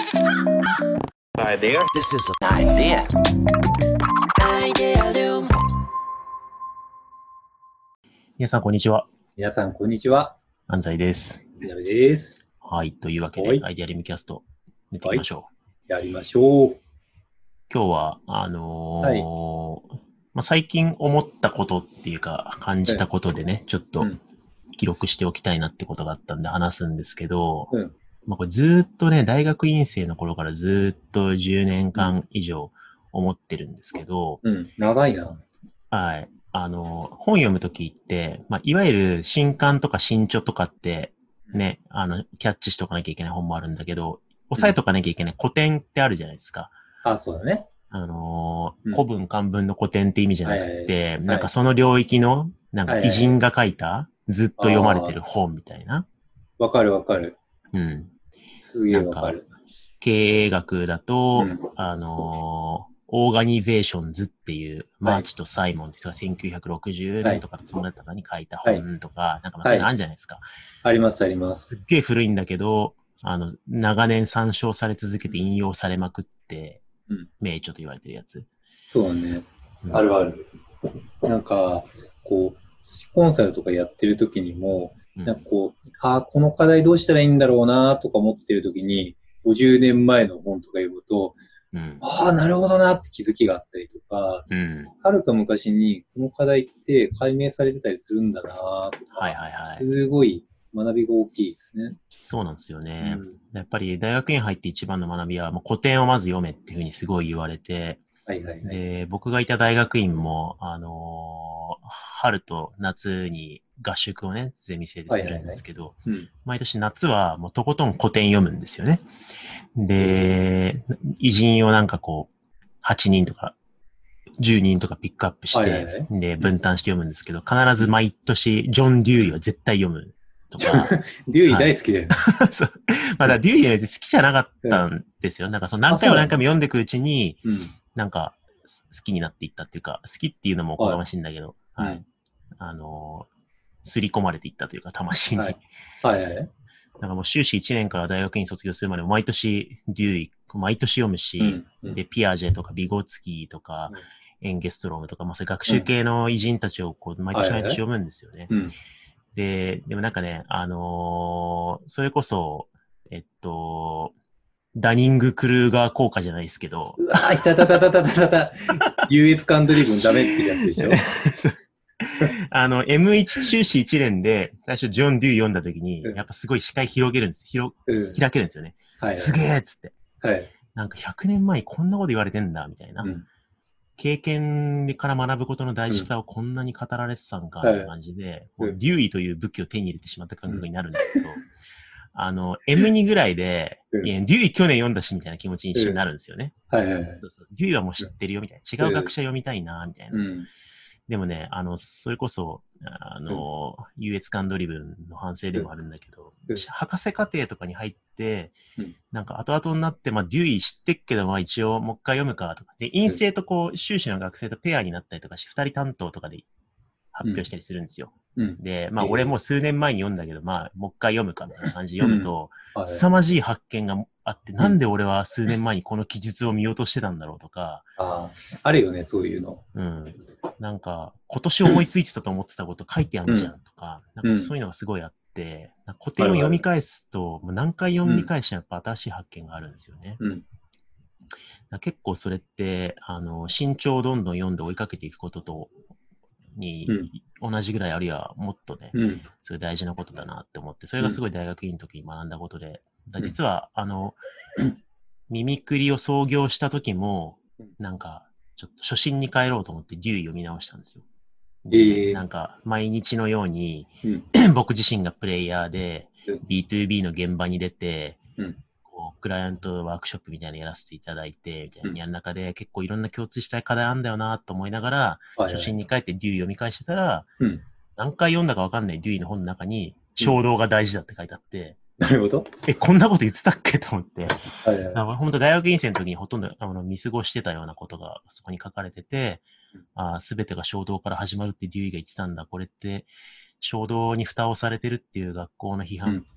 Idea. This is an idea. Idealum. 皆さん、こんにちは。 皆さん、こんにちは。 安西です。 南です。 はい。というわけで、 はいアイデアリムキャスト、やっていきましょう。 やりましょう。 今日は、最近思ったことっていうか、感じたことでね、ちょっとうん記録しておきたいなってことがあったんで話すんですけど、 うんこれずーっとね、大学院生の頃からずーっと10年間以上思ってるんですけど、 長いな。 はい。本読むときって、いわゆる新刊とか新著とかってね、キャッチしとかなきゃいけない本もあるんだけど、押さえとかなきゃいけない古典ってあるじゃないですか。 あ、そうだね。 古文漢文の古典って意味じゃなくて、 いなんかその領域の、なんか偉人が書いた、ずっと読まれてる本みたいな。 わかるわかる。 うん。 すげえわかる。 経営学だと、 うんオーガニゼーションズっていう、マーチとサイモンって人が1960年とかそのだったかに書いた本とか、なんかそういうのあるんじゃないですか。 ありますあります。 すっげえ古いんだけど、長年参照され続けて引用されまくって、名著と言われてるやつ。 そうだね。 うんあるある。なんか、こう、コンサルとかやってる時にも、なんかこう、この課題どうしたらいいんだろうなとか思ってる時に、50年前の本とか読むと、なるほどなって気づきがあったりとか、はるか昔にこの課題って解明されてたりするんだなとか、すごい学びが大きいですね。 そうなんですよね。やっぱり大学院入って一番の学びは、もう古典をまず読めっていうふうにすごい言われて、で、僕がいた大学院も、春と夏に合宿をね、ゼミ生でするんですけど、毎年夏はもうとことん古典読むんですよね。で、偉人をなんかこう、8人とか、10人とかピックアップして、で、分担して読むんですけど、必ず毎年、ジョン・デューイは絶対読むとか。 デューイ大好きだよね。 そう。だからデューイは別に好きじゃなかったんですよ。なんかその何回も読んでいくうちに、なんか好きになっていったっていうか、好きっていうのもおこがましいんだけど、すり込まれていったというか、魂に。なんかもう修士1年から大学院卒業するまで毎年デューイ、毎年読むし、で、ピアージェとかビゴツキーとか、エンゲストロームとか、そういう学習系の偉人たちをこう毎年読むんですよね。でもなんかね、それこそ、ダニング・クルーガー効果じゃないですけど。 いた。優越感ドリブンダメっていうやつでしょ。 M1 修士1年で最初ジョン・デュー読んだ時に、やっぱすごい視界広げるんです。開けるんですよね。すげえっつって。なんか100年前にこんなこと言われてんだ、みたいな。経験から学ぶことの大事さをこんなに語られてたんか、みたいな感じで、デューイという武器を手に入れてしまった感覚になるんですけど、M2 ぐらいで、いや、デューイ去年読んだし、みたいな気持ちに一緒になるんですよね。 そうデューイはもう知ってるよ、みたいな。違う学者読みたいな、みたいな。でもね、それこそ、優越感ドリブンの反省でもあるんだけど、博士課程とかに入って、なんか後々になって、デューイ知ってっけど、一応もう一回読むかとか。で、院生とこう、修士の学生とペアになったりとかし、二人担当とかで発表したりするんですよ。で、俺もう数年前に読んだけど、もう一回読むかみたいな感じで読むと、凄まじい発見があって、なんで俺は数年前にこの記述を見落としてたんだろうとか。 あるよね、そういうの。 なんか、今年思いついてたと思ってたこと書いてあるじゃんとか、なんかそういうのがすごいあって、古典を読み返すと、何回読み返してもやっぱ新しい発見があるんですよね。結構それって、慎重をどんどん読んで追いかけていくことと、同じぐらいあるいはもっとね、それ大事なことだなって思って、それがすごい大学院の時に学んだことで、実は、ミミクリを創業した時も、なんか、ちょっと初心に帰ろうと思ってデューイ読み直したんですよ。なんか、毎日のように、僕自身がプレイヤーで、B2B の現場に出て、クライアントワークショップみたいなのやらせていただいて、みたいなのやる中で結構いろんな共通したい課題あんだよなと思いながら、初心に帰ってデューイ読み返してたら、何回読んだかわかんないデューイの本の中に、衝動が大事だって書いてあって、 なるほど。 こんなこと言ってたっけと思って、本当大学院生の時にほとんど見過ごしてたようなことがそこに書かれてて、すべてが衝動から始まるってデューイが言ってたんだ。これって衝動に蓋をされてるっていう学校の批判って、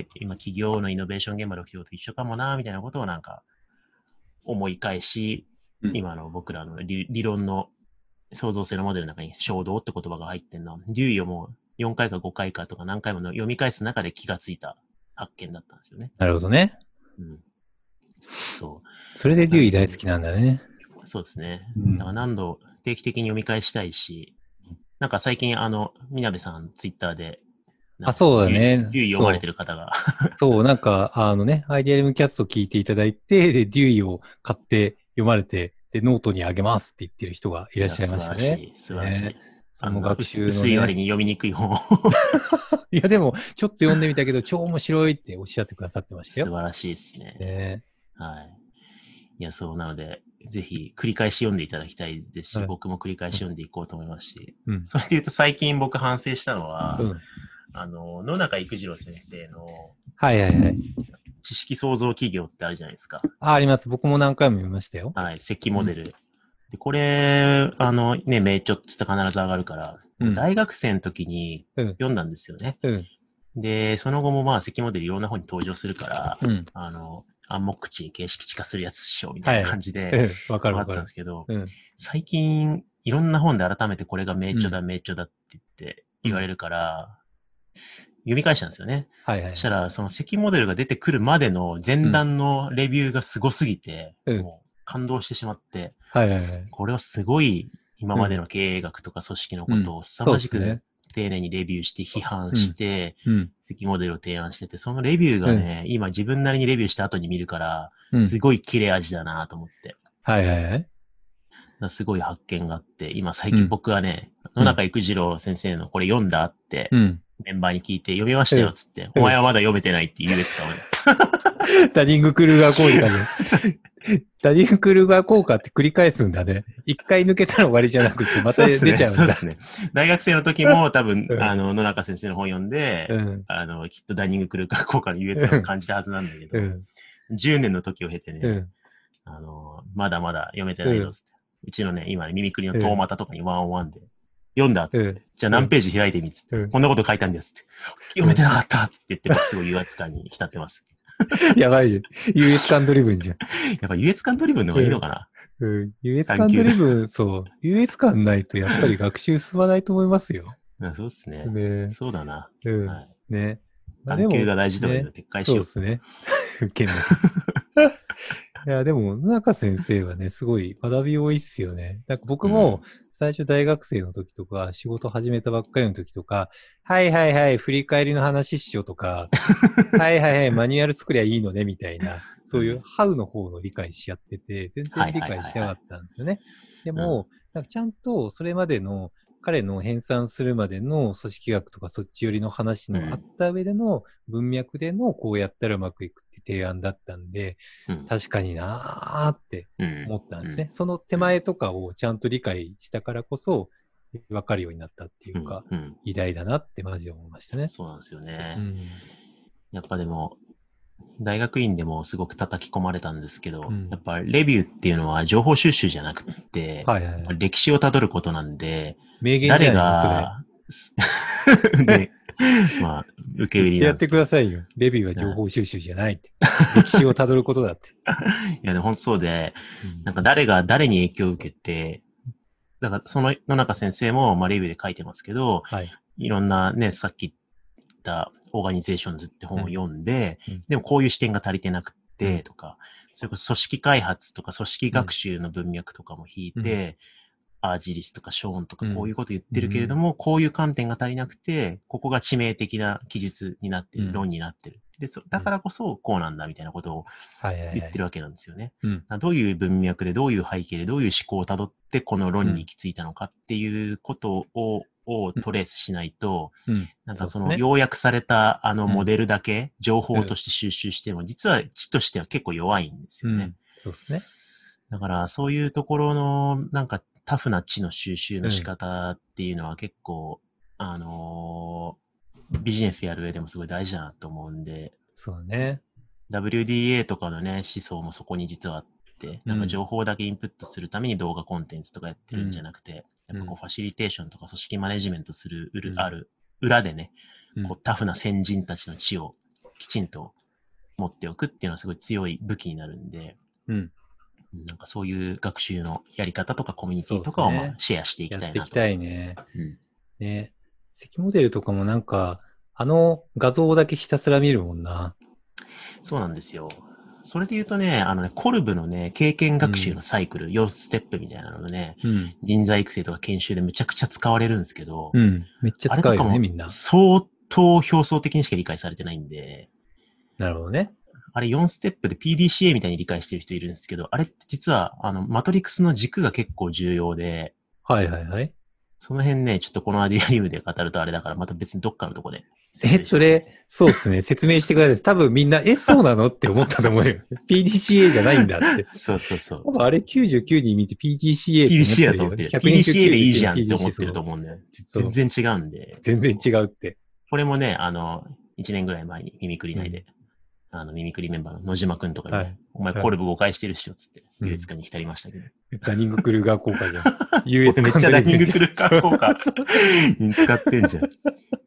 今企業のイノベーション現場で起きてることと一緒かもな、みたいなことをなんか思い返し、今の僕らの理論の創造性のモデルの中に衝動って言葉が入ってんの。デューイをもう4回か5回かとか何回もの読み返す中で気がついた発見だったんですよね。 なるほどね。 うん。そう。 それでデューイ大好きなんだね。 そうですね。だから何度定期的に読み返したいし、なんか最近みなべさんツイッターで、 そうだね。 デューイ読まれてる方が。 そう、なんかアイデアリムキャスト聞いていただいて、で、デューイを買って読まれて、で、ノートにあげますって言ってる人がいらっしゃいましたね。 素晴らしい。 その学習の、ね、 薄い割に読みにくい本を。 いや、でも、ちょっと読んでみたけど、超面白いっておっしゃってくださってましたよ。 素晴らしいですね。はい。いや、そうなので、ぜひ繰り返し読んでいただきたいですし、僕も繰り返し読んでいこうと思いますし、それで言うと最近僕反省したのは、野中育次郎先生の、知識創造企業ってあるじゃないですか。 あります。僕も何回も見ましたよ。 はい、積モデル。でこれ、名著って必ず上がるから、大学生の時に読んだんですよね。で、その後も積モデルいろんな本に登場するから、暗黙知形式地化するやつっしょ、みたいな感じで、 わかってたんですけど、最近、いろんな本で改めてこれが名著だ、名著だって言われるから、読み返したんですよね。そしたら、その積モデルが出てくるまでの前段のレビューがすごすぎて、もう感動してしまって、これはすごい今までの経営学とか組織のことを凄まじく丁寧にレビューして批判して、積モデルを提案してて、そのレビューがね、今自分なりにレビューした後に見るから、すごい切れ味だなと思って。すごい発見があって、今最近僕はね、野中育次郎先生のこれ読んだって、メンバーに聞いて読みましたよっつって、お前はまだ読めてないっていうやつかもダニングクルーガー効果で。ダニングクルーガー効果って繰り返すんだね。一回抜けたら終わりじゃなくて、また出ちゃうんだ。 そうですね。大学生の時も多分、野中先生の本読んで、きっとダニングクルーガー効果の優越感を感じたはずなんだけど、10年の時を経てね、まだまだ読めてないぞっつって。うちのね、今ね、耳くりのトーマタとかにワンオンワンで、読んだっつって。じゃあ何ページ開いてみっつって。こんなこと書いたんだっつって。読めてなかったっつって言って、僕すごい優越感に浸ってます。 やばいじゃん。優越感ドリブンじゃん。 やっぱ優越感ドリブンの方がいいのかな、 優越感ドリブン、そう。優越感ないとやっぱり学習進まないと思いますよ。 そうっすね。そうだな。 ね。 探求が大事とかいうの撤回しよう。 そうですね。いや、でも、野中先生はね、すごい学び多いっすよね。なんか僕も最初大学生の時とか、仕事始めたばっかりの時とか、振り返りの話っしょとか、マニュアル作りゃいいのね、みたいな、そういうハウの方の理解しちゃってて、全然理解してなかったんですよね。でも、なんかちゃんとそれまでの彼の編纂するまでの組織学とかそっち寄りの話のあった上での文脈でのこうやったらうまくいくって提案だったんで、確かになーって思ったんですね。その手前とかをちゃんと理解したからこそ分かるようになったっていうか、偉大だなってマジで思いましたね。 そうなんですよね。やっぱでも、大学院でもすごく叩き込まれたんですけど、やっぱレビューっていうのは情報収集じゃなくて、歴史をたどることなんで、 名言じゃないね、まあ、受け売りなんですやってくださいよ。レビューは情報収集じゃないって。歴史をたどることだって。 いや、でも本当そうで、なんか誰が誰に影響を受けて、だからその野中先生も、まあ、レビューで書いてますけど、いろんなね、さっき言ったオーガニゼーションズって本を読んで、でもこういう視点が足りてなくて、とか、それこそ組織開発とか組織学習の文脈とかも引いて、アージリスとかショーンとかこういうこと言ってるけれども、こういう観点が足りなくて、ここが致命的な記述になってる、論になってる。で、だからこそこうなんだみたいなことを言ってるわけなんですよね。どういう文脈で、どういう背景で、どういう思考をたどってこの論に行き着いたのかっていうことをトレースしないと、なんかその要約されたモデルだけ情報として収集しても、実は知としては結構弱いんですよね。 そうですね。 だからそういうところのなんかタフな知の収集の仕方っていうのは結構、ビジネスやる上でもすごい大事だなと思うんで。 そうね。 WDA とかのね、思想もそこに実はあって、なんか情報だけインプットするために動画コンテンツとかやってるんじゃなくて、やっぱこうファシリテーションとか組織マネジメントする、ある裏でね、こうタフな先人たちの知をきちんと持っておくっていうのはすごい強い武器になるんで、なんかそういう学習のやり方とかコミュニティとかをまあシェアしていきたいなと。 やっていきたいね。ね。積モデルとかもなんか、画像だけひたすら見るもんな。 そうなんですよ。それで言うとね、コルブのね、経験学習のサイクル、4ステップみたいなののね、人材育成とか研修でめちゃくちゃ使われるんですけど、 めっちゃ使うよね、みんな。 相当表層的にしか理解されてないんで、 なるほどね。 あれ4ステップで PDCA みたいに理解してる人いるんですけど、あれって実は、マトリックスの軸が結構重要で、その辺ね、ちょっとこのアディアリウムで語るとあれだから、また別にどっかのとこで。 それ、そうですね。説明してください。多分みんな、そうなのって思ったと思うよ。PDCA じゃないんだって。 そうそうそう。 多分あれ99人見て PDCA って PDCA だと思ってる。PDCA でいいじゃんって思ってると思うんだよ。全然違うんで。 全然違うって。 これもね、1年ぐらい前に耳くり内で、耳くりメンバーの野島くんとかにね、お前コルブ誤解してるっしょ、つって、優越感に浸りましたけど。 ダニングクルーガー効果じゃん。 優越感めっちゃダニングクルーガー効果に使ってんじゃん。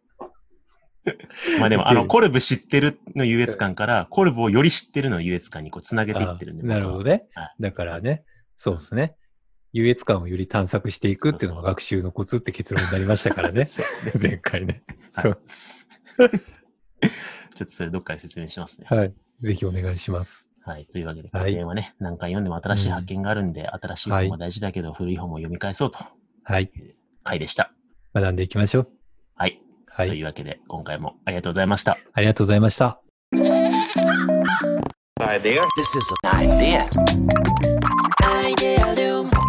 まあでも、コルブ知ってるの優越感から、コルブをより知ってるの優越感にこう繋げていってるんで。 なるほどね。だからね、そうですね。優越感をより探索していくっていうのが学習のコツって結論になりましたからね。前回ね。 ちょっとそれどっかで説明しますね。 はい。ぜひお願いします。 はい。というわけで、古典はね、何回読んでも新しい発見があるんで、新しい本も大事だけど、古い本も読み返そうと。 はい。 回でした。 学んでいきましょう。 はい。というわけで、今回もありがとうございました。 ありがとうございました。 This is an idea. Idea